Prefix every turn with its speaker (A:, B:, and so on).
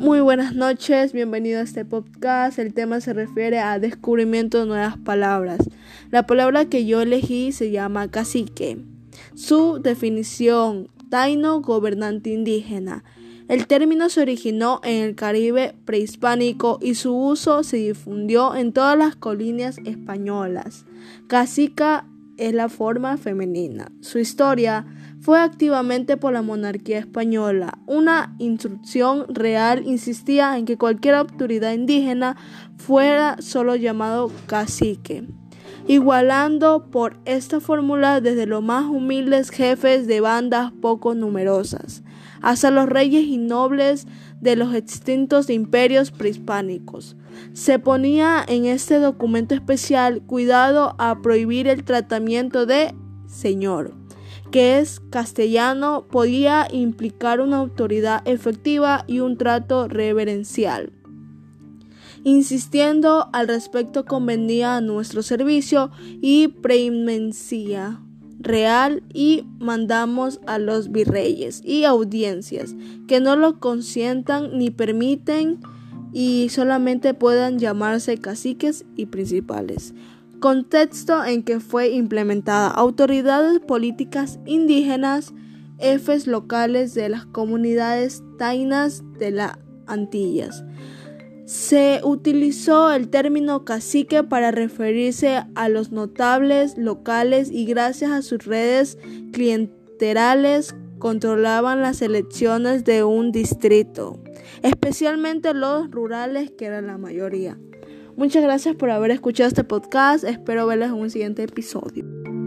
A: Muy buenas noches, bienvenido a este podcast. El tema se refiere a descubrimiento de nuevas palabras. La palabra que yo elegí se llama cacique. Su definición: taíno, gobernante indígena. El término se originó en el Caribe prehispánico y su uso se difundió en todas las colonias españolas. Cacica es la forma femenina. Su historia fue activamente por la monarquía española. Una instrucción real insistía en que cualquier autoridad indígena fuera solo llamado cacique, igualando por esta fórmula desde los más humildes jefes de bandas poco numerosas hasta los reyes y nobles de los extintos imperios prehispánicos. Se ponía en este documento especial cuidado a prohibir el tratamiento de señor, que es castellano, podía implicar una autoridad efectiva y un trato reverencial. Insistiendo al respecto convenía a nuestro servicio y preeminencia real, y mandamos a los virreyes y audiencias que no lo consientan ni permiten y solamente puedan llamarse caciques y principales. Contexto en que fue implementada: autoridades políticas indígenas, jefes locales de las comunidades taínas de las Antillas. Se utilizó el término cacique para referirse a los notables locales y gracias a sus redes clientelales controlaban las elecciones de un distrito, especialmente los rurales, que eran la mayoría. Muchas gracias por haber escuchado este podcast. Espero verles en un siguiente episodio.